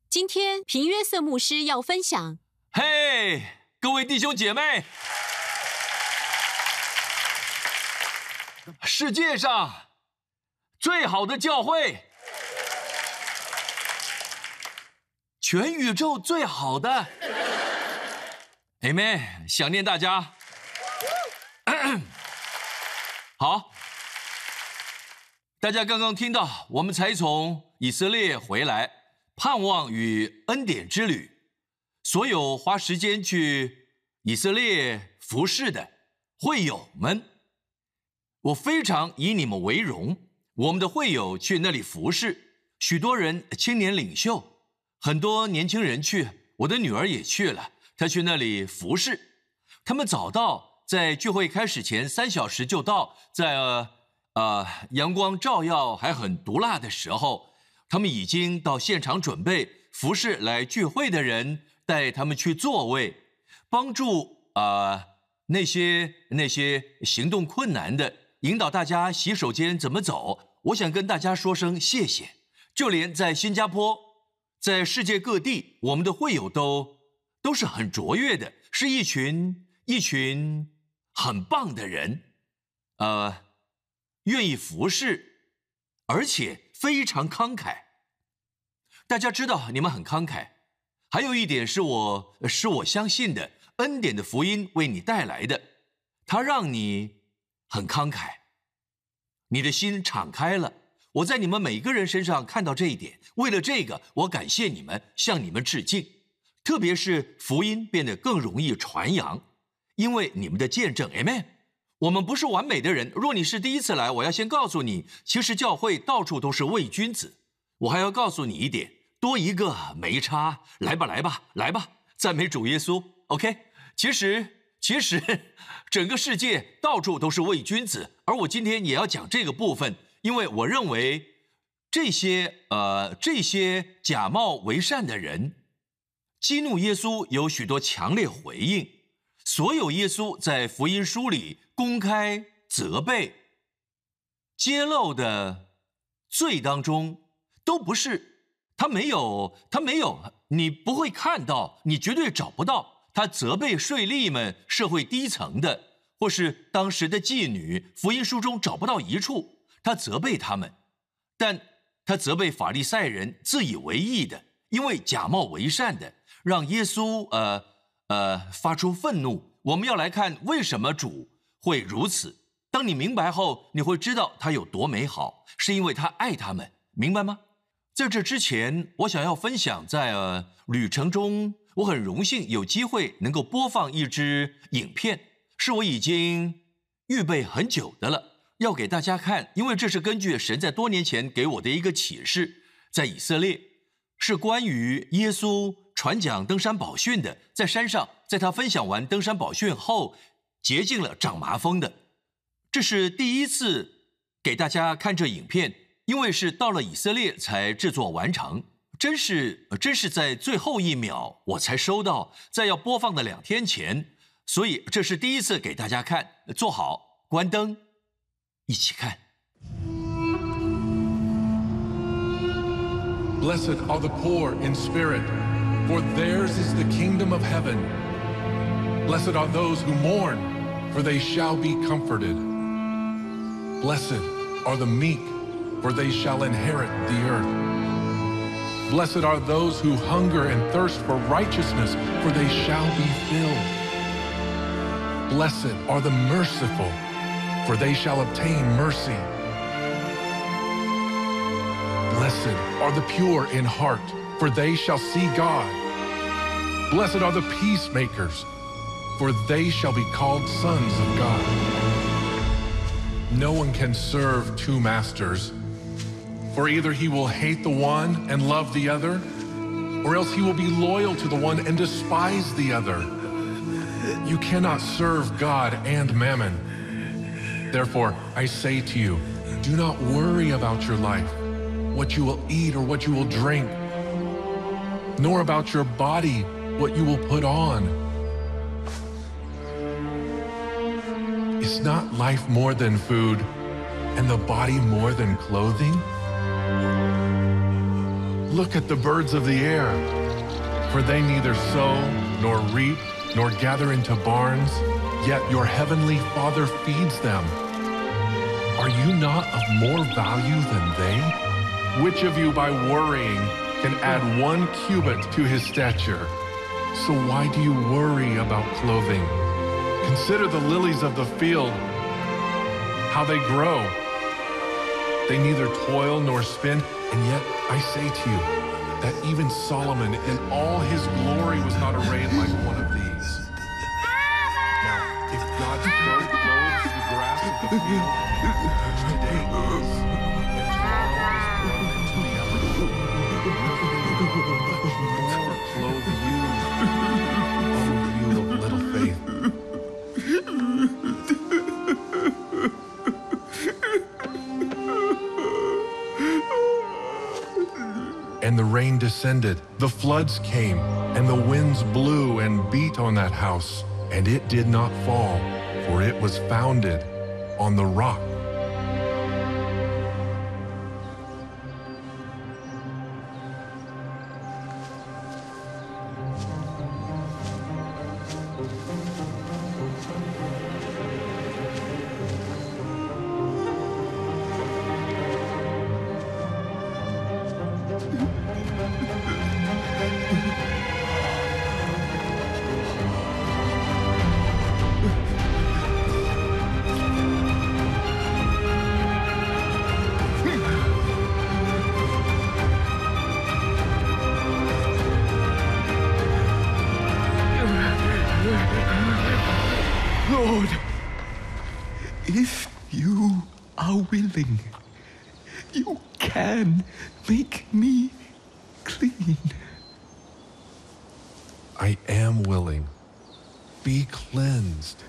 今天平约瑟牧师要分享。 嘿，各位弟兄姐妹，世界上最好的教会，全宇宙最好的 ，Amen！ 想念大家。好，大家刚刚听到，我们才从以色列回来，盼望与恩典之旅。所有花时间去以色列服侍的会友们，我非常以你们为荣。我们的会友去那里服侍，许多人青年领袖，很多年轻人去，我的女儿也去了，她去那里服侍。他们早到，在聚会开始前3小时就到，在阳光照耀还很毒辣的时候，他们已经到现场准备服侍来聚会的人，带他们去座位，帮助那些行动困难的，引导大家洗手间怎么走。我想跟大家说声谢谢。就连在新加坡，在世界各地，我们的会友都是很卓越的，是一群很棒的人，愿意服侍，而且非常慷慨。大家知道你们很慷慨。还有一点是我相信的，恩典的福音为你带来的，它让你很慷慨，你的心敞开了。我在你们每个人身上看到这一点，为了这个，我感谢你们，向你们致敬。特别是福音变得更容易传扬，因为你们的见证 ，Amen。我们不是完美的人，若你是第一次来，我要先告诉你，其实教会到处都是伪君子。我还要告诉你一点，多一个没差，来吧，赞美主耶稣 ，OK。其实整个世界到处都是伪君子，而我今天也要讲这个部分，因为我认为这些假冒为善的人激怒耶稣有许多强烈回应。所有耶稣在福音书里公开责备、揭露的罪当中，都不是他没有，你不会看到，你绝对找不到他责备税吏们社会低层的，或是当时的妓女，福音书中找不到一处他责备他们，但他责备法利赛人自以为义的，因为假冒为善的，让耶稣发出愤怒。我们要来看为什么主会如此。当你明白后，你会知道他有多美好，是因为他爱他们，明白吗？在这之前，我想要分享在旅程中，我很荣幸有机会能够播放一支影片，是我已经预备很久的了，要给大家看，因为这是根据神在多年前给我的一个启示，在以色列是关于耶稣传讲登山宝训的，在山上，在他分享完登山宝训后，洁净了长麻风的。这是第一次给大家看这影片，因为是到了以色列才制作完成，真是在最后一秒我才收到，在要播放的2天前，所以这是第一次给大家看。坐好，关灯，一起看。 Blessed are the poor in spirit, for theirs is the kingdom of heaven. Blessed are those who mourn, for they shall be comforted. Blessed are the meek, for they shall inherit the earth. Blessed are those who hunger and thirst for righteousness, for they shall be filled. Blessed are the merciful, for they shall obtain mercy. Blessed are the pure in heart, for they shall see God. Blessed are the peacemakers, for they shall be called sons of God. No one can serve 2 masters, for either he will hate the one and love the other, or else he will be loyal to the one and despise the other. You cannot serve God and mammon. Therefore, I say to you, do not worry about your life, what you will eat or what you will drink, nor about your body, what you will put on. Is not life more than food, and the body more than clothing? Look at the birds of the air, for they neither sow nor reap nor gather into barns, yet your heavenly Father feeds them. Are you not of more value than they? Which of you by worrying can add 1 cubit to his stature? So why do you worry about clothing? Consider the lilies of the field, how they grow. They neither toil nor spin, and yet I say to you that even Solomon in all his glory was not arrayed like one of these. Now, if God so clothes the grass of the field, which today is, and tomorrow is thrown into the oven, will much more clothe you, O you of little faith. And the rain descended, the floods came, and the winds blew and beat on that house, and it did not fall, for it was founded on the rock. Lord, if you are willing, you can make me clean. I am willing. Be cleansed.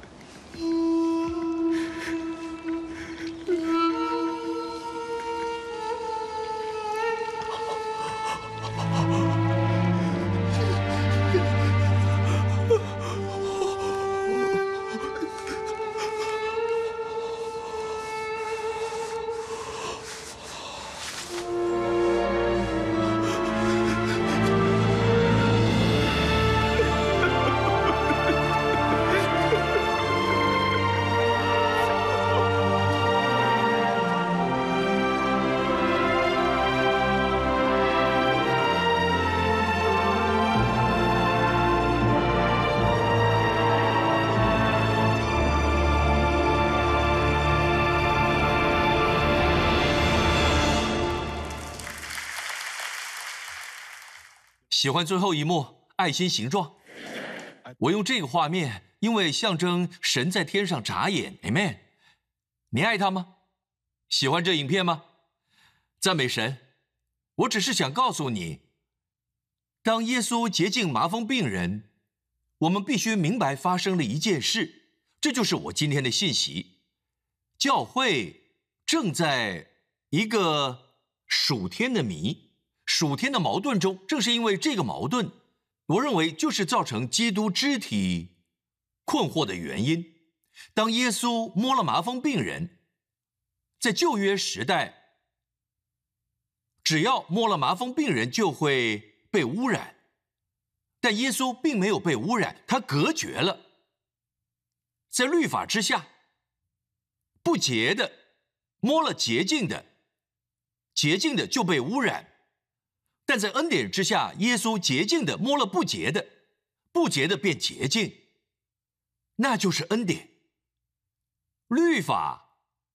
喜欢最后一幕爱心形状。我用这个画面，因为象征神在天上眨眼 ，Amen。你爱他吗？喜欢这影片吗？赞美神！我只是想告诉你，当耶稣洁净麻风病人，我们必须明白发生了一件事，这就是我今天的信息。教会正在一个属天的谜。属天的矛盾中，正是因为这个矛盾，我认为就是造成基督肢体困惑的原因。当耶稣摸了麻风病人，在旧约时代，只要摸了麻风病人就会被污染，但耶稣并没有被污染，他隔绝了。在律法之下，不洁的摸了洁净的，洁净的就被污染。但在恩典之下，耶稣洁净的摸了不洁的，不洁的变洁净，那就是恩典。律法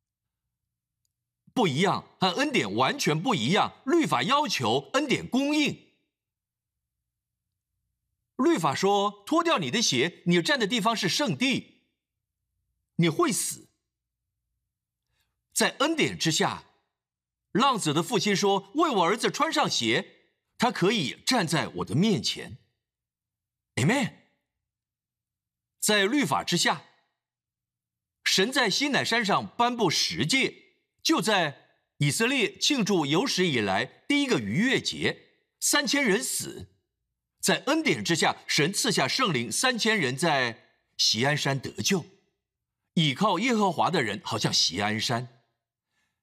不一样，和恩典完全不一样。律法要求，恩典供应。律法说，脱掉你的鞋，你站的地方是圣地，你会死。在恩典之下，浪子的父亲说，为我儿子穿上鞋，他可以站在我的面前 Amen。 在律法之下，神在西乃山上颁布十诫，就在以色列庆祝有史以来第一个逾越节，3000人死。在恩典之下，神赐下圣灵，3000人在锡安山得救。倚靠耶和华的人好像锡安山。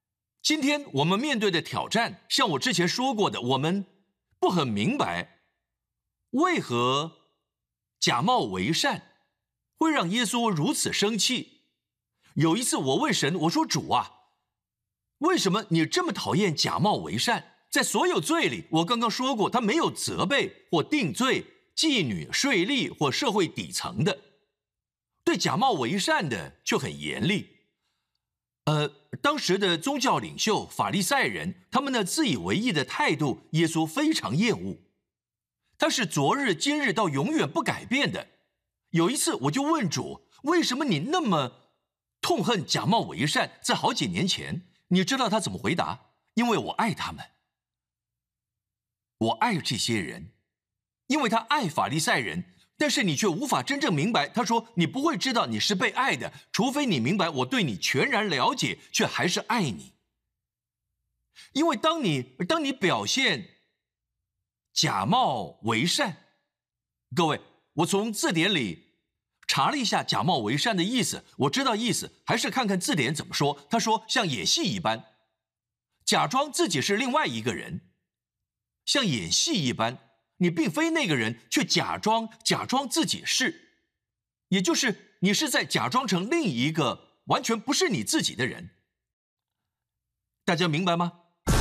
今天我们面对的挑战，像我之前说过的，我们不很明白为何假冒为善会让耶稣如此生气。有一次我问神，我说主啊，为什么你这么讨厌假冒为善？在所有罪里，我刚刚说过，他没有责备或定罪妓女、税吏或社会底层的，对假冒为善的却很严厉。当时的宗教领袖法利赛人，他们那自以为意的态度，耶稣非常厌恶。他是昨日、今日到永远不改变的。有一次我就问主，为什么你那么痛恨假冒为善？在好几年前，你知道他怎么回答？因为我爱他们，我爱这些人，因为他爱法利赛人。但是你却无法真正明白，他说你不会知道你是被爱的，除非你明白我对你全然了解，却还是爱你。因为当你表现假冒为善，各位，我从字典里查了一下假冒为善的意思，我知道意思，还是看看字典怎么说。他说像演戏一般，假装自己是另外一个人，像演戏一般，你并非那个人，却假装自己是，也就是你是在假装成另一个完全不是你自己的人。大家明白吗？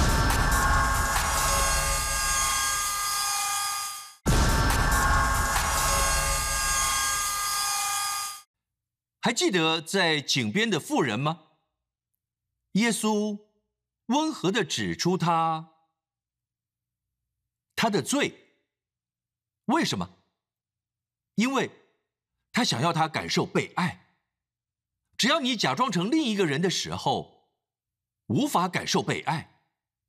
还记得在井边的妇人吗？耶稣温和地指出他的罪。为什么？因为他想要他感受被爱。只要你假装成另一个人的时候，无法感受被爱。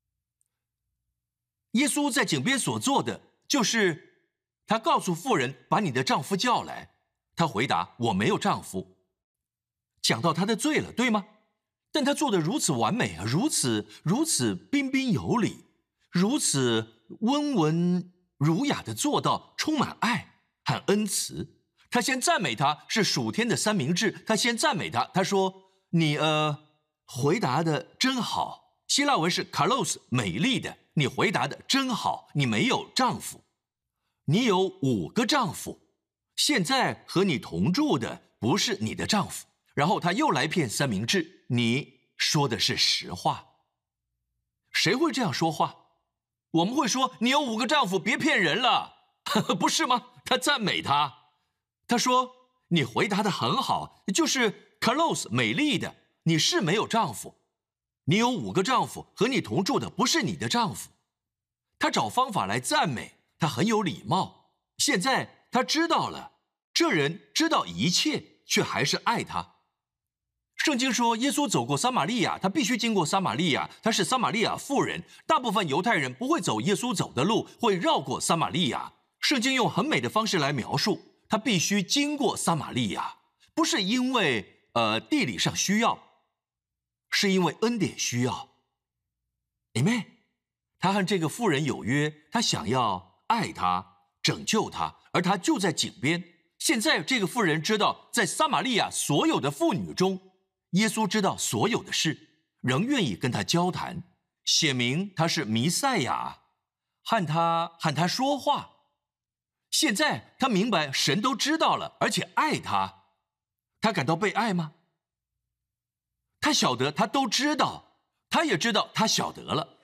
耶稣在井边所做的，就是他告诉妇人，把你的丈夫叫来。他回答，我没有丈夫。讲到他的罪了，对吗？但他做得如此完美，如此彬彬有礼，如此温文儒雅的做到，充满爱和恩慈。他先赞美他是属天的三明治，他先赞美他，他说你回答的真好。希腊文是 kalos， 美丽的，你回答的真好。你没有丈夫，你有5个丈夫，现在和你同住的不是你的丈夫。然后他又来骗三明治，你说的是实话。谁会这样说话？我们会说你有5个丈夫，别骗人了，不是吗？他赞美他，他说你回答的很好，就是 kalos 美丽的，你是没有丈夫，你有5个丈夫，和你同住的不是你的丈夫。他找方法来赞美，他很有礼貌。现在他知道了，这人知道一切，却还是爱他。圣经说耶稣走过撒玛利亚，他必须经过撒玛利亚，他是撒玛利亚妇人。大部分犹太人不会走耶稣走的路，会绕过撒玛利亚。圣经用很美的方式来描述，他必须经过撒玛利亚，不是因为地理上需要，是因为恩典需要。Amen。他和这个妇人有约，他想要爱他，拯救他，而他就在井边。现在这个妇人知道，在撒玛利亚所有的妇女中，耶稣知道所有的事，仍愿意跟他交谈，写明他是弥赛亚，和他说话。现在他明白神都知道了，而且爱他。他感到被爱吗？他晓得他都知道，他也知道他晓得了。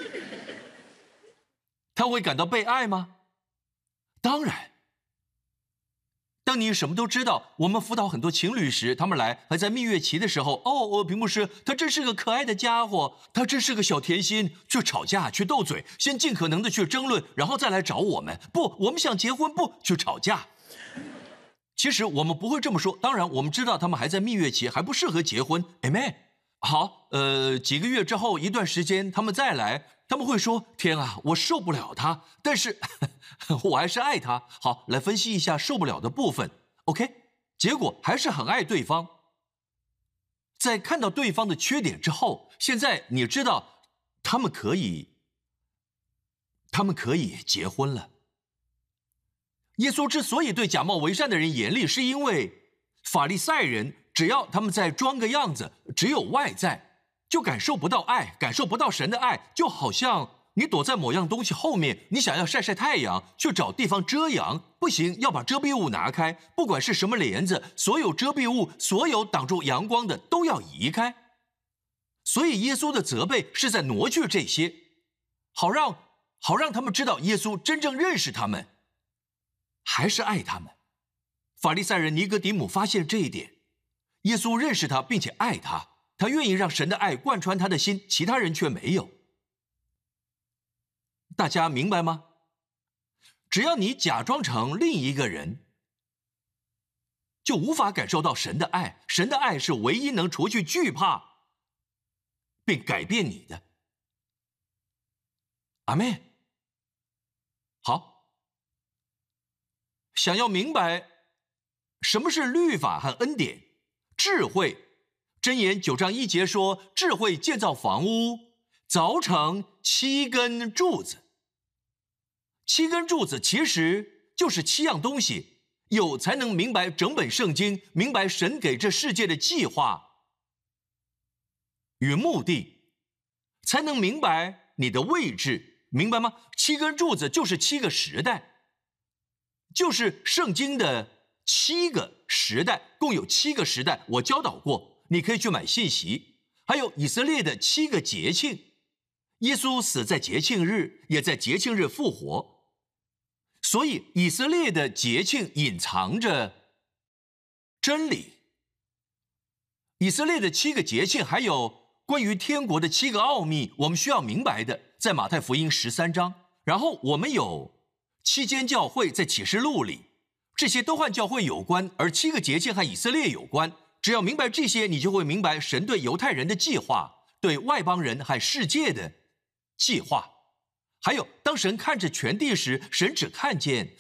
他会感到被爱吗？当然。当你什么都知道，我们辅导很多情侣时，他们来还在蜜月期的时候，平牧师，他真是个可爱的家伙，他真是个小甜心，去吵架，去斗嘴，先尽可能的去争论，然后再来找我们。不，我们想结婚，不去吵架。其实我们不会这么说，当然我们知道他们还在蜜月期，还不适合结婚。Amen。好，几个月之后，一段时间他们再来，他们会说，天啊，我受不了他，但是我还是爱他。好，来分析一下受不了的部分。OK， 结果还是很爱对方。在看到对方的缺点之后，现在你知道他们可以结婚了。耶稣之所以对假冒为善的人严厉，是因为法利赛人只要他们再装个样子，只有外在， 就感受不到爱，感受不到神的爱，就好像你躲在某样东西后面，你想要晒晒太阳，去找地方遮阳，不行，要把遮蔽物拿开，不管是什么帘子，所有遮蔽物，所有挡住阳光的都要移开。所以耶稣的责备是在挪去这些，好让他们知道耶稣真正认识他们，还是爱他们。法利赛人尼哥底母发现这一点，耶稣认识他并且爱他，他愿意让神的爱贯穿他的心，其他人却没有。大家明白吗？只要你假装成另一个人，就无法感受到神的爱。神的爱是唯一能除去惧怕并改变你的。阿们。好，想要明白什么是律法和恩典，智慧，箴言9章1节说，智慧建造房屋，凿成7根柱子。7根柱子其实就是7样东西，有才能明白整本圣经，明白神给这世界的计划与目的，才能明白你的位置，明白吗？7根柱子就是7个时代，就是圣经的7个时代，共有7个时代，我教导过，你可以去买信息。还有以色列的7个节庆，耶稣死在节庆日，也在节庆日复活。所以以色列的节庆隐藏着真理。以色列的7个节庆，还有关于天国的7个奥秘，我们需要明白的，在马太福音13章。然后我们有7间教会在启示录里，这些都和教会有关，而7个节庆和以色列有关。只要明白这些，你就会明白神对犹太人的计划，对外邦人和世界的计划。还有，当神看着全地时，神只看见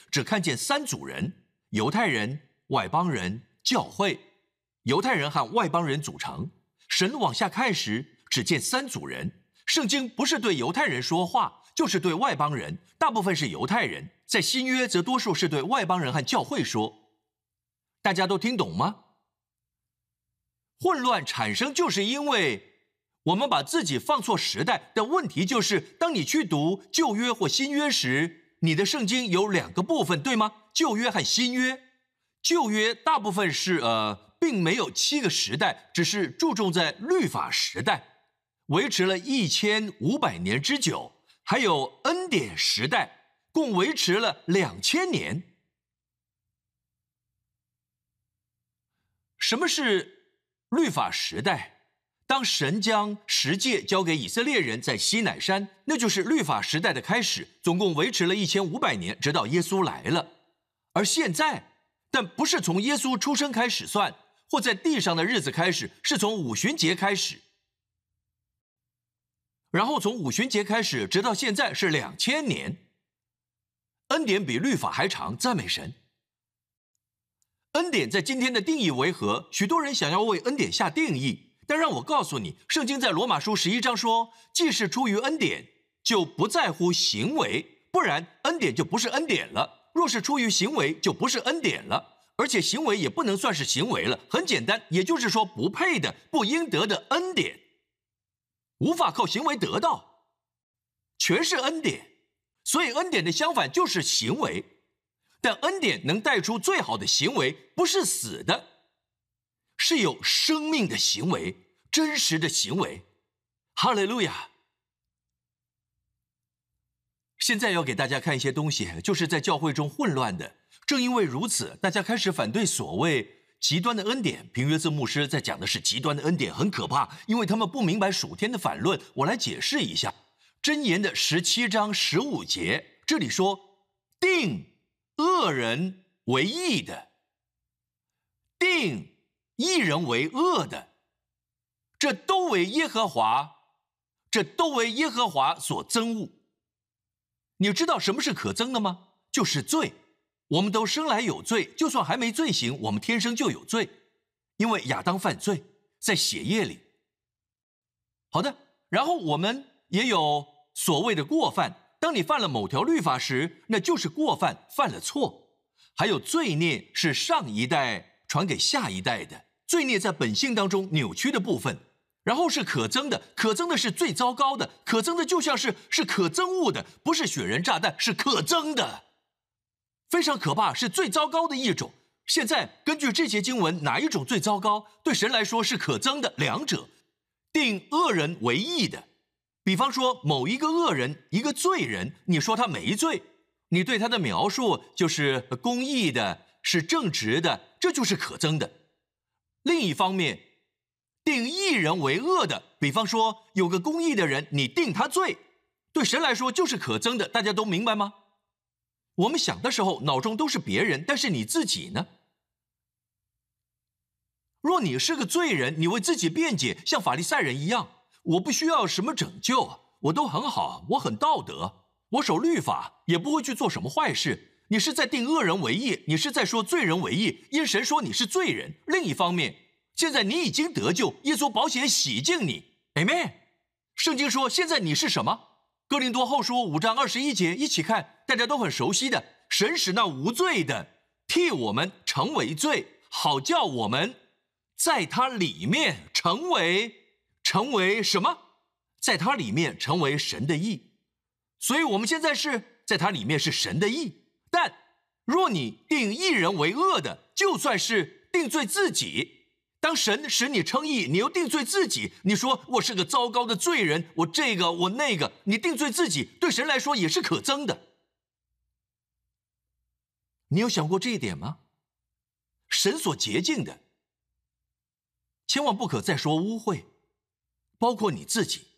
3组人：犹太人、外邦人、教会。犹太人和外邦人组成。神往下看时，只见3组人。圣经不是对犹太人说话，就是对外邦人，大部分是犹太人。在新约则多数是对外邦人和教会说。大家都听懂吗？混乱产生就是因为我们把自己放错时代的问题，就是当你去读旧约或新约时，你的圣经有2个部分，对吗？旧约和新约。旧约大部分是并没有7个时代，只是注重在律法时代，维持了1500年之久。还有恩典时代，共维持了2000年。什么是律法时代？当神将10诫交给以色列人在西乃山，那就是律法时代的开始，总共维持了1500年，直到耶稣来了。而现在，但不是从耶稣出生开始算，或在地上的日子开始，是从五旬节开始。然后从五旬节开始，直到现在是2000年。恩典比律法还长，赞美神。恩典在今天的定义为何？许多人想要为恩典下定义。但让我告诉你，圣经在罗马书11章说，既是出于恩典，就不在乎行为，不然恩典就不是恩典了。若是出于行为，就不是恩典了，而且行为也不能算是行为了。很简单，也就是说不配的、不应得的恩典，无法靠行为得到，全是恩典。所以恩典的相反就是行为，但恩典能带出最好的行为，不是死的，是有生命的行为，真实的行为。哈利路亚！现在要给大家看一些东西，就是在教会中混乱的。正因为如此，大家开始反对所谓极端的恩典。平约瑟牧师在讲的是极端的恩典，很可怕，因为他们不明白属天的反论。我来解释一下，箴言的17章15节，这里说，定恶人为义的，定义人为恶的，这都为耶和华所憎恶。你知道什么是可憎的吗？就是罪。我们都生来有罪，就算还没罪行，我们天生就有罪，因为亚当犯罪，在血液里。好的，然后我们也有所谓的过犯。当你犯了某条律法时，那就是过犯，犯了错。还有罪孽是上一代传给下一代的，罪孽在本性当中扭曲的部分。 然后是可憎的，可憎的是最糟糕的，可憎的就像是可憎恶的，不是雪人炸弹，是可憎的，非常可怕，是最糟糕的一种。现在根据这节经文，哪一种最糟糕？对神来说是可憎的，两者，定恶人为义的。比方说某一个恶人，一个罪人，你说他没罪，你对他的描述就是公义的，是正直的，这就是可憎的。另一方面，定义人为恶的，比方说有个公义的人，你定他罪，对神来说就是可憎的，大家都明白吗？我们想的时候脑中都是别人，但是你自己呢？若你是个罪人，你为自己辩解，像法利赛人一样，我不需要什么拯救，我都很好，我很道德，我守律法，也不会去做什么坏事。你是在定恶人为义，你是在说罪人为义，因神说你是罪人。另一方面，现在你已经得救，耶稣宝血洗净你 Amen。 圣经说现在你是什么？哥林多后书5章21节，一起看，大家都很熟悉的，神使那无罪的替我们成为罪，好叫我们在他里面成为什么？在他里面成为神的义。所以我们现在是在他里面是神的义。但若你定义人为恶的，就算是定罪自己。当神使你称义，你又定罪自己，你说我是个糟糕的罪人，我这个我那个，你定罪自己，对神来说也是可憎的。你有想过这一点吗？神所洁净的，千万不可再说污秽，包括你自己。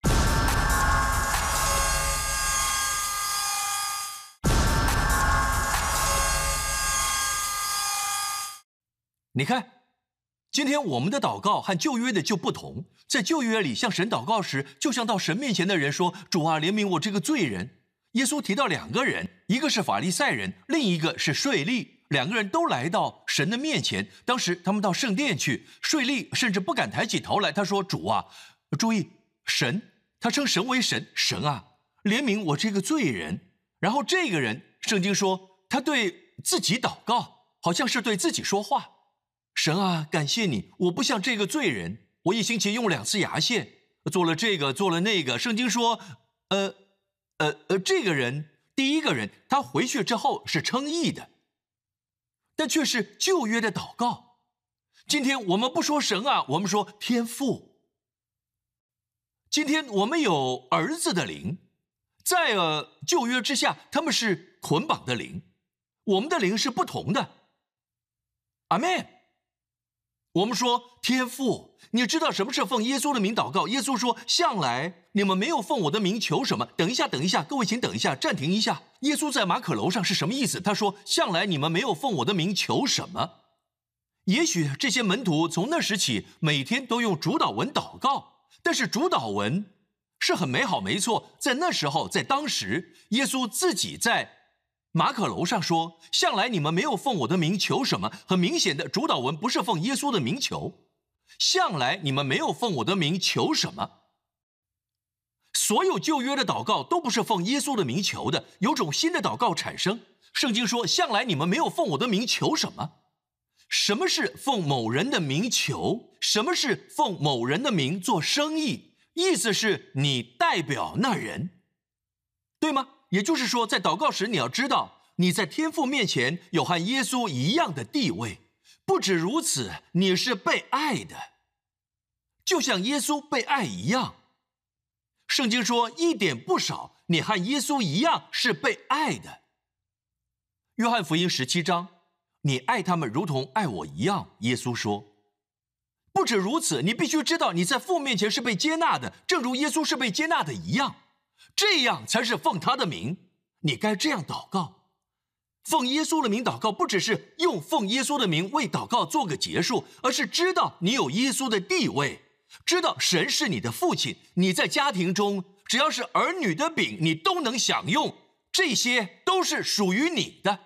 你看，今天我们的祷告和旧约的就不同。在旧约里向神祷告时，就像到神面前的人说，主啊，怜悯我这个罪人。耶稣提到两个人，一个是法利赛人，另一个是税吏，两个人都来到神的面前。当时他们到圣殿去，税吏甚至不敢抬起头来，他说，主啊，注意，神，他称神为神，神啊，怜悯我这个罪人。然后这个人，圣经说他对自己祷告，好像是对自己说话。神啊，感谢你，我不像这个罪人，我一星期用2次牙线，做了这个，做了那个。圣经说，这个人，第一个人，他回去之后是称义的，但却是旧约的祷告。今天我们不说神啊，我们说天父。今天我们有儿子的灵，在旧约之下，他们是捆绑的灵，我们的灵是不同的。阿们。我们说天父，你知道什么是奉耶稣的名祷告？耶稣说，向来你们没有奉我的名求什么。等一下，各位请等一下，暂停一下。耶稣在马可楼上是什么意思？他说，向来你们没有奉我的名求什么。也许这些门徒从那时起每天都用主祷文祷告，但是主祷文是很美好，没错。在那时候，在当时，耶稣自己在马可楼上说，向来你们没有奉我的名求什么。很明显的，主祷文不是奉耶稣的名求，向来你们没有奉我的名求什么。所有旧约的祷告都不是奉耶稣的名求的，有种新的祷告产生。圣经说，向来你们没有奉我的名求什么。什么是奉某人的名求？什么是奉某人的名做生意？意思是你代表那人，对吗？也就是说，在祷告时你要知道，你在天父面前有和耶稣一样的地位。不止如此，你是被爱的，就像耶稣被爱一样。圣经说，一点不少，你和耶稣一样是被爱的。约翰福音17章，你爱他们如同爱我一样，耶稣说。不止如此，你必须知道你在父面前是被接纳的，正如耶稣是被接纳的一样。这样才是奉他的名，你该这样祷告。奉耶稣的名祷告，不只是用奉耶稣的名为祷告做个结束，而是知道你有耶稣的地位，知道神是你的父亲，你在家庭中只要是儿女的饼，你都能享用，这些都是属于你的。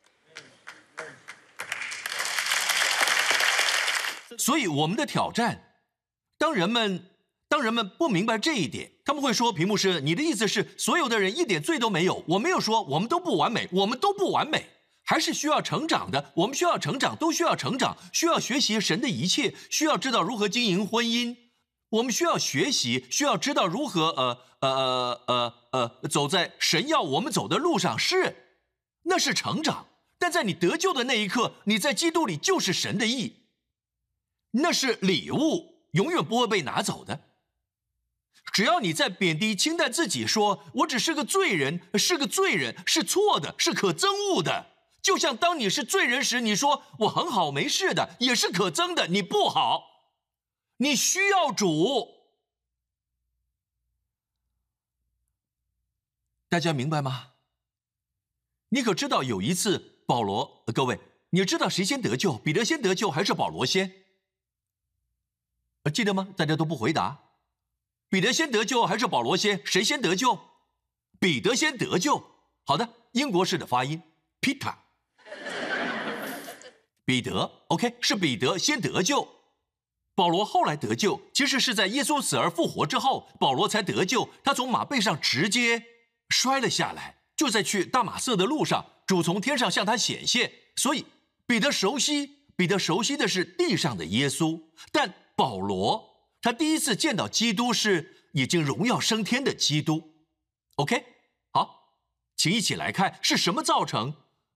所以我们的挑战，当人们不明白这一点，他们会说，皮牧师，你的意思是所有的人一点罪都没有？我没有说我们都不完美，我们都不完美，还是需要成长的。我们需要成长，都需要成长，需要学习神的一切，需要知道如何经营婚姻， 我们需要学习，需要知道如何走在神要我们走的路上，那是成长。但在你得救的那一刻，你在基督里就是神的义，那是礼物，永远不会被拿走的。只要你在贬低轻淡自己，说我只是个罪人，是错的，是可憎恶的。就像当你是罪人时，你说我很好没事的，也是可憎的，你不好，你需要主。大家明白吗？你可知道有一次保罗，各位，你知道谁先得救？彼得先得救还是保罗先？记得吗？大家都不回答。彼得先得救还是保罗先？谁先得救？彼得先得救。好的，英国式的发音 Peter。 彼得 OK， 是彼得先得救，保罗后来得救。其实是在耶稣死而复活之后，保罗才得救。他从马背上直接摔了下来，就在去大马色的路上，主从天上向他显现。所以彼得熟悉的是地上的耶稣，但保罗他第一次见到基督是已经荣耀升天的基督。 OK， 好，请一起来看是什么造成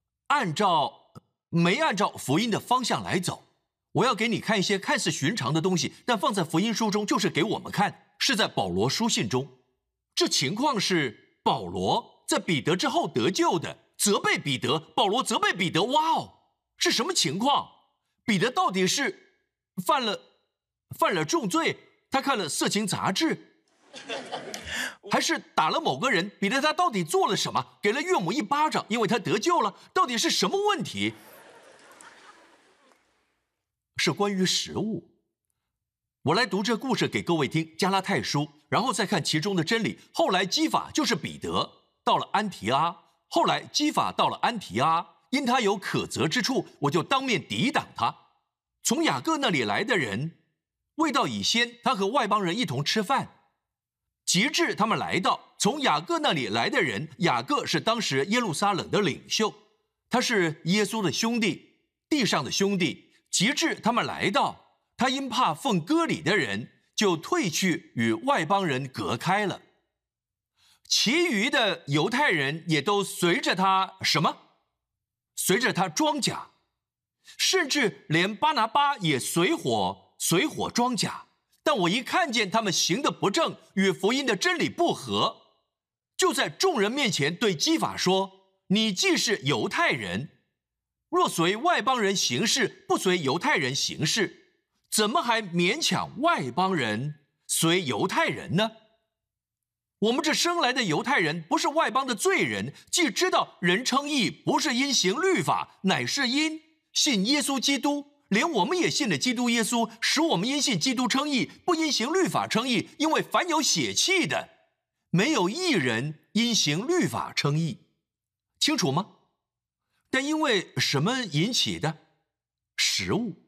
没按照福音的方向来走。我要给你看一些看似寻常的东西，但放在福音书中就是给我们看，是在保罗书信中。这情况是保罗在彼得之后得救的，责备彼得，保罗责备彼得。哇哦，是什么情况？彼得到底是犯了重罪，他看了色情杂志，还是打了某个人？彼得他到底做了什么？给了岳母一巴掌，因为他得救了，到底是什么问题？是关于食物。我来读这故事给各位听，加拉太书，然后再看其中的真理。后来基法就是彼得到了安提阿，因他有可责之处，我就当面抵挡他。从雅各那里来的人未到以先，他和外邦人一同吃饭。及至他们来到，从雅各那里来的人，雅各是当时耶路撒冷的领袖，他是耶稣的兄弟，地上的兄弟。及至他们来到，他因怕奉割礼的人，就退去与外邦人隔开了。其余的犹太人也都随着他什么？随着他装甲，甚至连巴拿巴也随火装甲。但我一看见他们行的不正，与福音的真理不合，就在众人面前对基法说：你既是犹太人，若随外邦人行事，不随犹太人行事，怎么还勉强外邦人随犹太人呢？我们这生来的犹太人不是外邦的罪人，既知道人称义不是因行律法，乃是因信耶稣基督。连我们也信了基督耶稣，使我们因信基督称义，不因行律法称义。因为凡有血气的，没有一人因行律法称义。清楚吗？但因为什么引起的？食物，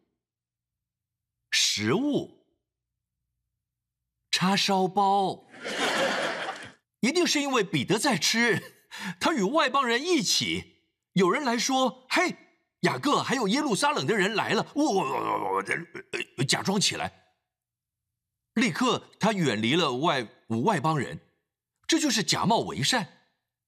叉烧包，一定是因为彼得在吃，他与外邦人一起。有人来说：嘿，雅各还有耶路撒冷的人来了，假装起来，立刻他远离了外邦人，这就是假冒为善。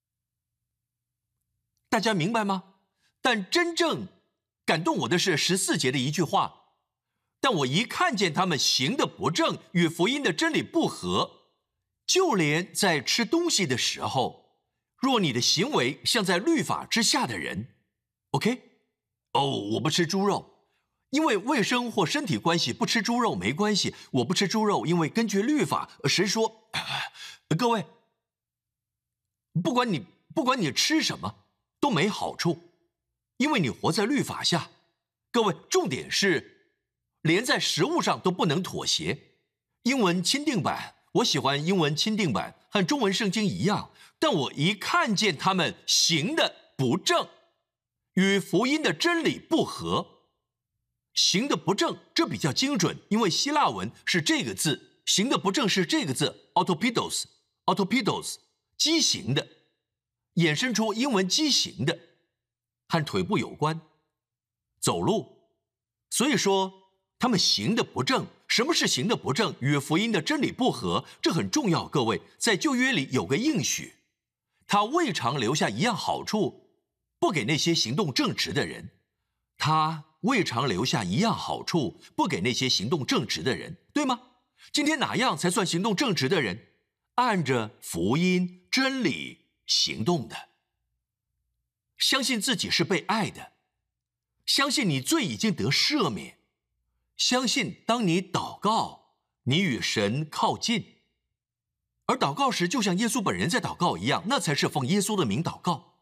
大家明白吗？但真正感动我的是14节的一句话：但我一看见他们行的不正，与福音的真理不合，就连在吃东西的时候，若你的行为像在律法之下的人 ，OK？ 我不吃猪肉，因为卫生或身体关系不吃猪肉没关系。我不吃猪肉，因为根据律法，谁说？各位，不管你吃什么都没好处，因为你活在律法下。各位，重点是连在食物上都不能妥协。英文钦定版，我喜欢英文钦定版，和中文圣经一样。但我一看见他们行的不正，与福音的真理不合，行的不正，这比较精准，因为希腊文是这个字，行的不正是这个字 autopidos， 畸形的，衍生出英文畸形的，和腿部有关，走路。所以说他们行的不正。什么是行的不正？与福音的真理不合，这很重要。各位，在旧约里有个应许，他未尝留下一样好处，不给那些行动正直的人。他未尝留下一样好处，不给那些行动正直的人，对吗？今天哪样才算行动正直的人？按着福音真理行动的，相信自己是被爱的，相信你罪已经得赦免，相信当你祷告，你与神靠近，而祷告时就像耶稣本人在祷告一样，那才是奉耶稣的名祷告，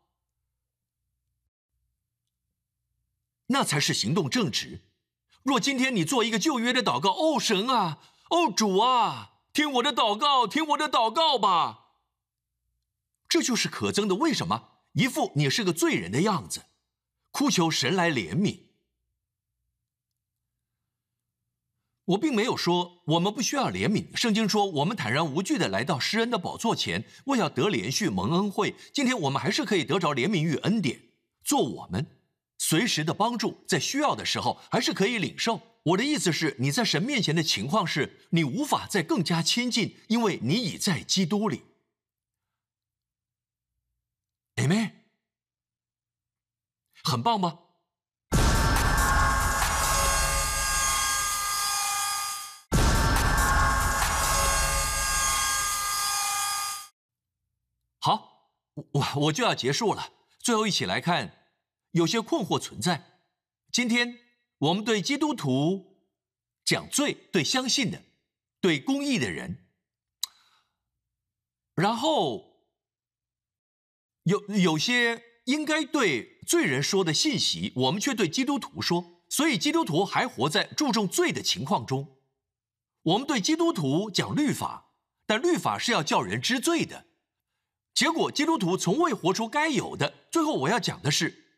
那才是行动正直。若今天你做一个旧约的祷告，哦神啊，哦主啊，听我的祷告，听我的祷告吧，这就是可憎的。为什么？一副你是个罪人的样子，哭求神来怜悯。我并没有说我们不需要怜悯，圣经说我们坦然无惧地来到施恩的宝座前，为要得连续蒙恩惠。今天我们还是可以得着怜悯与恩典，做我们随时的帮助，在需要的时候还是可以领受。我的意思是，你在神面前的情况是，你无法再更加亲近，因为你已在基督里。Amen， 很棒吗？好，我就要结束了。最后一起来看，有些困惑存在。今天我们对基督徒讲罪，对相信的，对公义的人，然后有些应该对罪人说的信息，我们却对基督徒说，所以基督徒还活在注重罪的情况中。我们对基督徒讲律法，但律法是要叫人知罪的，结果基督徒从未活出该有的。最后我要讲的是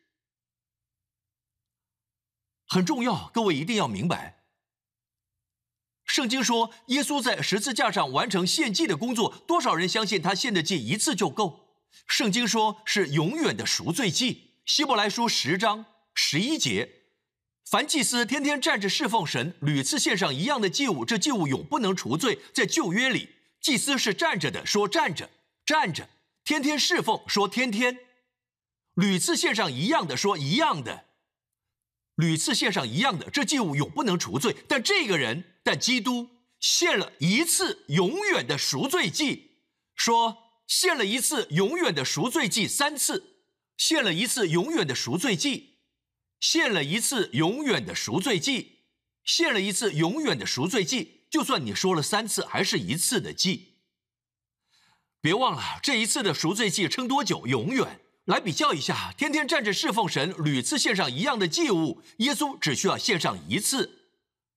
很重要，各位一定要明白，圣经说耶稣在十字架上完成献祭的工作，多少人相信他献的祭一次就够？圣经说是永远的赎罪祭。希伯来书10章11节，凡祭司天天站着侍奉神，屡次献上一样的祭物，这祭物永不能除罪。在旧约里，祭司是站着的，说站着，站着；天天侍奉，说天天；屡次献上一样的，说一样的；屡次献上一样的，这祭物永不能除罪。但基督献了一次永远的赎罪祭，说献了一次永远的赎罪祭3次，献了一次永远的赎罪祭，献了一次永远的赎罪祭，献了一次永远的赎罪祭。就算你说了3次，还是一次的祭。别忘了这一次的赎罪祭撑多久？永远。来比较一下，天天站着侍奉神，屡次献上一样的祭物，耶稣只需要献上一次，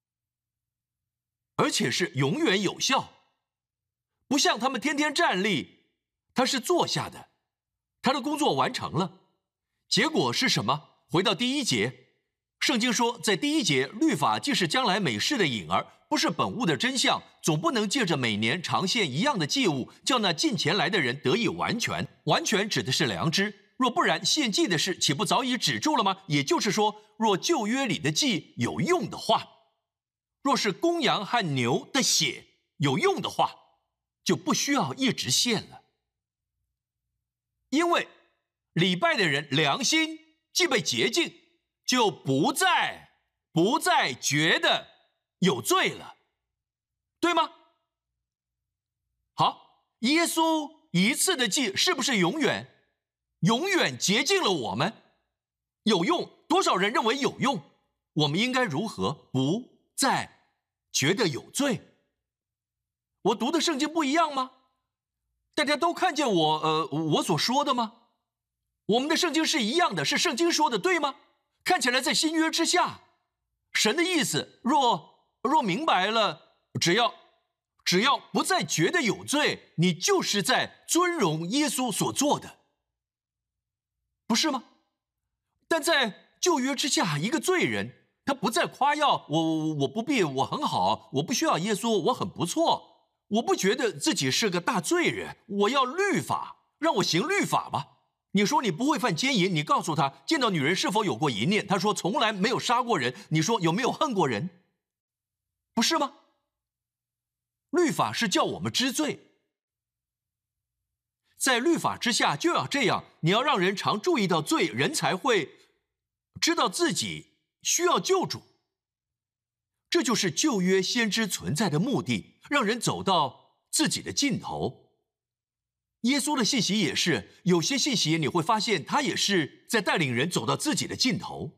而且是永远有效。不像他们天天站立，他是坐下的，他的工作完成了。结果是什么？回到第1节，圣经说，在第1节，律法既是将来美事的影儿，不是本物的真相，总不能借着每年常献一样的祭物，叫那近前来的人得以完全。完全指的是良知，若不然，献祭的事岂不早已止住了吗？也就是说，若旧约里的祭有用的话，若是公羊和牛的血有用的话，就不需要一直献了。因为礼拜的人良心既被洁净，就不再觉得有罪了，对吗？好，耶稣一次的祭是不是永远洁净了我们？有用？多少人认为有用？我们应该如何不再觉得有罪？我读的圣经不一样吗？大家都看见我所说的吗？我们的圣经是一样的，是圣经说的，对吗？看起来在新约之下，神的意思若明白了，只要不再觉得有罪，你就是在尊荣耶稣所做的，不是吗？但在旧约之下，一个罪人他不再夸耀我不必，我很好，我不需要耶稣，我很不错，我不觉得自己是个大罪人，我要律法，让我行律法吧。你说你不会犯奸淫，你告诉他见到女人是否有过一念，他说从来没有杀过人，你说有没有恨过人？ 不是吗？律法是叫我们知罪，在律法之下就要这样，你要让人常注意到罪，人才会知道自己需要救主。这就是旧约先知存在的目的，让人走到自己的尽头。耶稣的信息也是，有些信息你会发现他也是在带领人走到自己的尽头。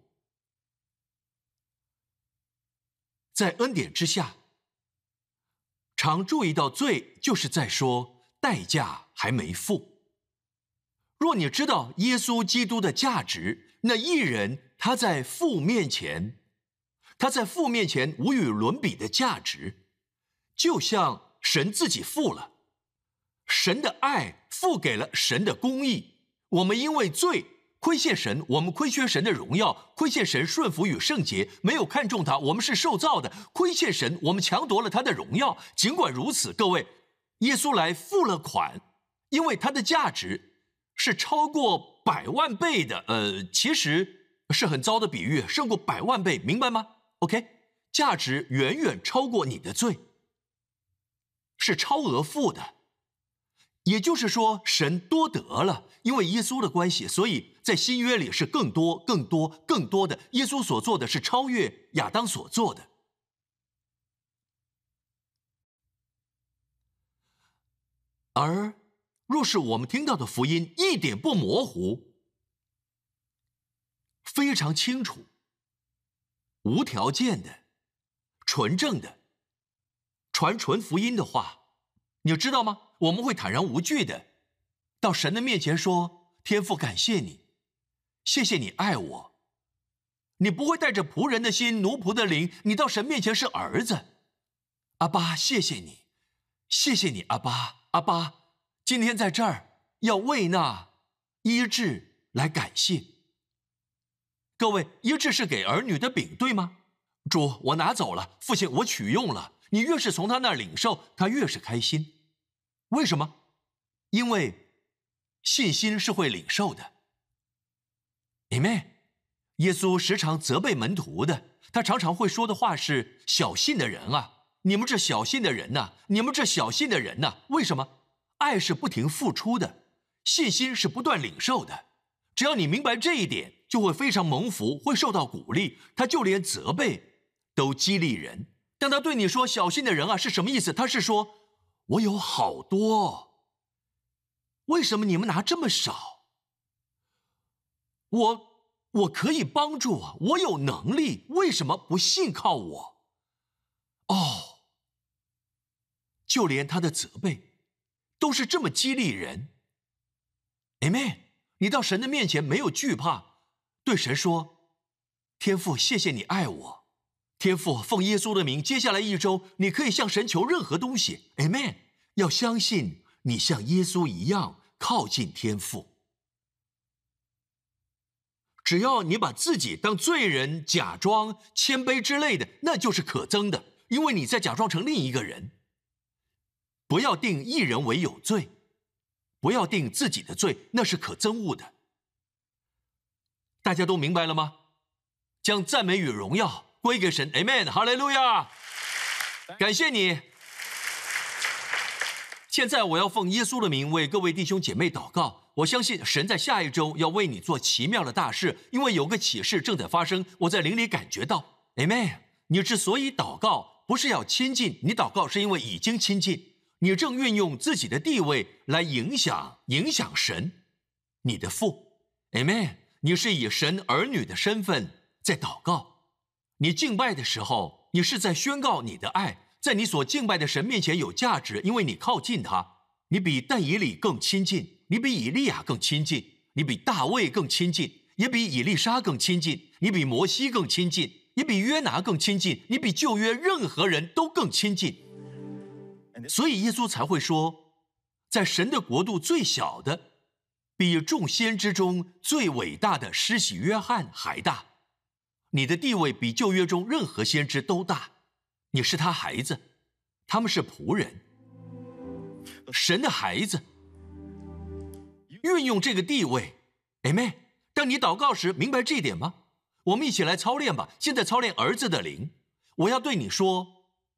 在恩典之下，常注意到罪，就是在说代价还没付。若你知道耶稣基督的价值，那义人他在父面前无与伦比的价值，就像神自己付了，神的爱付给了神的公义。我们因为罪亏欠神，我们亏缺神的荣耀，亏欠神顺服与圣洁，没有看重他，我们是受造的，亏欠神，我们强夺了他的荣耀。尽管如此，各位，耶稣来付了款，因为他的价值是超过100万倍的，其实是很糟的比喻，胜过100万倍，明白吗？ OK， 价值远远超过你的罪，是超额付的。也就是说，神多得了，因为耶稣的关系，所以在新约里是更多、更多、更多的。耶稣所做的是超越亚当所做的。而若是我们听到的福音一点不模糊，非常清楚，无条件的、纯正的传纯福音的话，你知道吗？我们会坦然无惧的到神的面前说：天父，感谢你，谢谢你爱我。你不会带着仆人的心、奴仆的灵，你到神面前是儿子。阿爸，谢谢你，谢谢你，阿爸，阿爸，今天在这儿要为那医治来感谢。各位，医治是给儿女的饼，对吗？主，我拿走了，父亲，我取用了。你越是从他那儿领受，他越是开心。为什么？因为信心是会领受的。Amen。耶稣时常责备门徒的，他常常会说的话是：小信的人啊，你们这小信的人呐，你们这小信的人呐。为什么？爱是不停付出的，信心是不断领受的。只要你明白这一点，就会非常蒙福，会受到鼓励。他就连责备都激励人。当他对你说小信的人啊，是什么意思？他是说，我有好多，为什么你们拿这么少？我可以帮助啊，我有能力，为什么不信靠我？哦，就连他的责备都是这么激励人。 Amen。 你到神的面前没有惧怕，对神说：天父，谢谢你爱我。天父，奉耶稣的名，接下来一周你可以向神求任何东西。 Amen。 要相信你像耶稣一样靠近天父。只要你把自己当罪人，假装谦卑之类的，那就是可憎的，因为你在假装成另一个人。不要定一人为有罪，不要定自己的罪，那是可憎恶的。大家都明白了吗？将赞美与荣耀归给神。 Amen， 哈利路亚。感谢你。现在我要奉耶稣的名为各位弟兄姐妹祷告。我相信神在下一周要为你做奇妙的大事，因为有个启示正在发生，我在灵里感觉到。 Amen。 你之所以祷告，不是要亲近，你祷告是因为已经亲近，你正运用自己的地位来影响神，你的父。 Amen。 你是以神儿女的身份在祷告，你敬拜的时候，你是在宣告你的爱，在你所敬拜的神面前有价值，因为你靠近他，你比但以理更亲近，你比以利亚更亲近，你比大卫更亲近，也比以利沙更亲近，你比摩西更亲近，也比约拿更亲近，你比旧约任何人都更亲近。所以耶稣才会说，在神的国度最小的比众先知中最伟大的施洗约翰还大。你的地位比旧约中任何先知都大，你是他孩子，他们是仆人，神的孩子。运用这个地位。 Amen。 当你祷告时明白这一点吗？我们一起来操练吧。现在操练儿子的灵。我要对你说，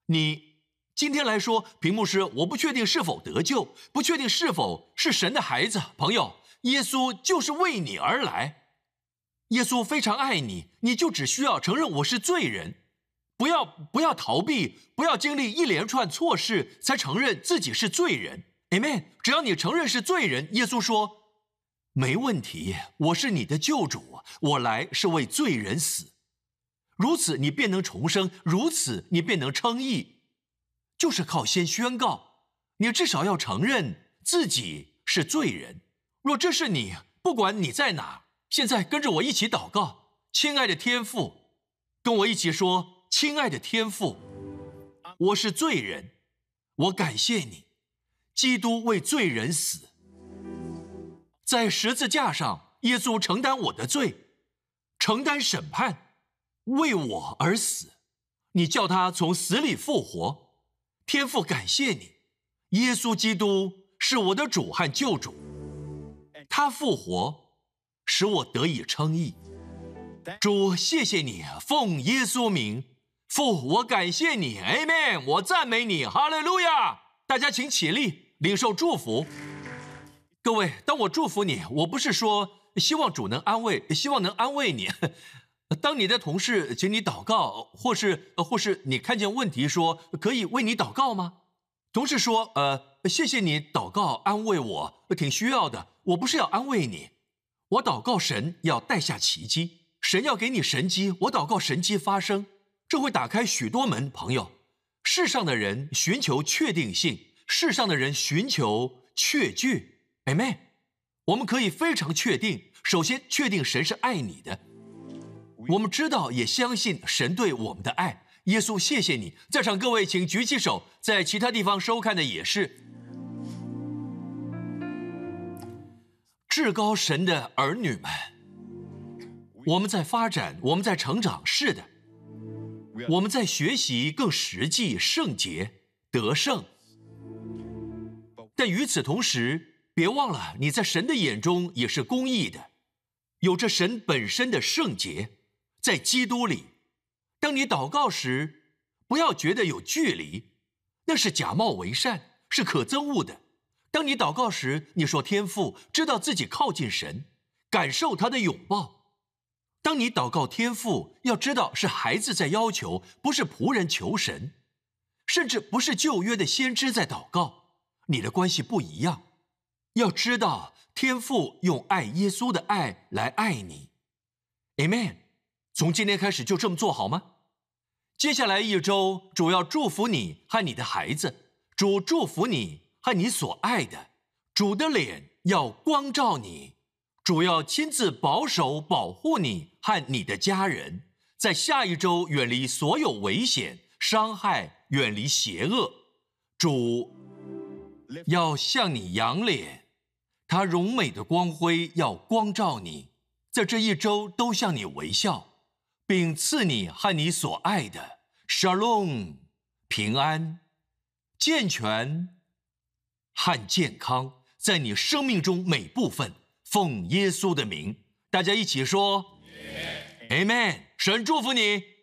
你今天来说，屏幕师，我不确定是否得救，不确定是否是神的孩子。朋友，耶稣就是为你而来。耶稣非常爱你，你就只需要承认我是罪人，不要逃避，不要经历一连串错事才承认自己是罪人。Amen。只要你承认是罪人，耶稣说，没问题，我是你的救主，我来是为罪人死。如此你便能重生，如此你便能称义，就是靠先宣告，你至少要承认自己是罪人。若这是你，不管你在哪，现在跟着我一起祷告。亲爱的天父，跟我一起说，亲爱的天父，我是罪人，我感谢你，基督为罪人死，在十字架上，耶稣承担我的罪，承担审判，为我而死，你叫他从死里复活。天父，感谢你，耶稣基督是我的主和救主，他复活使我得以称义。主，谢谢你，奉耶稣名，父，我感谢你 ，Amen， 我赞美你，哈利路亚！大家请起立，领受祝福。各位，当我祝福你，我不是说希望主能安慰，希望能安慰你。当你的同事请你祷告，或是你看见问题说可以为你祷告吗？同事说谢谢你祷告安慰我，挺需要的。我不是要安慰你，我祷告神要带下奇迹，神要给你神迹，我祷告神迹发生，这会打开许多门。朋友，世上的人寻求确定性，世上的人寻求确据。Amen。我们可以非常确定，首先确定神是爱你的。我们知道也相信神对我们的爱。耶稣，谢谢你。在场各位请举起手，在其他地方收看的也是。至高神的儿女们，我们在发展，我们在成长，是的，我们在学习更实际、圣洁、得胜。但与此同时，别忘了你在神的眼中也是公义的，有着神本身的圣洁。在基督里，当你祷告时，不要觉得有距离，那是假冒为善，是可憎恶的。当你祷告时，你说天父，知道自己靠近神，感受他的拥抱。当你祷告天父，要知道是孩子在要求，不是仆人求神，甚至不是旧约的先知在祷告，你的关系不一样。要知道天父用爱耶稣的爱来爱你。 Amen。 从今天开始就这么做好吗？接下来一周，主要祝福你和你的孩子，主祝福你和你所爱的，主的脸要光照你，主要亲自保守保护你和你的家人，在下一周远离所有危险伤害，远离邪恶。主要向你扬脸，他荣美的光辉要光照你，在这一周都向你微笑，并赐你和你所爱的 Shalom 平安、健全和健康，在你生命中每部分，奉耶稣的名，大家一起说 Amen。 神祝福你。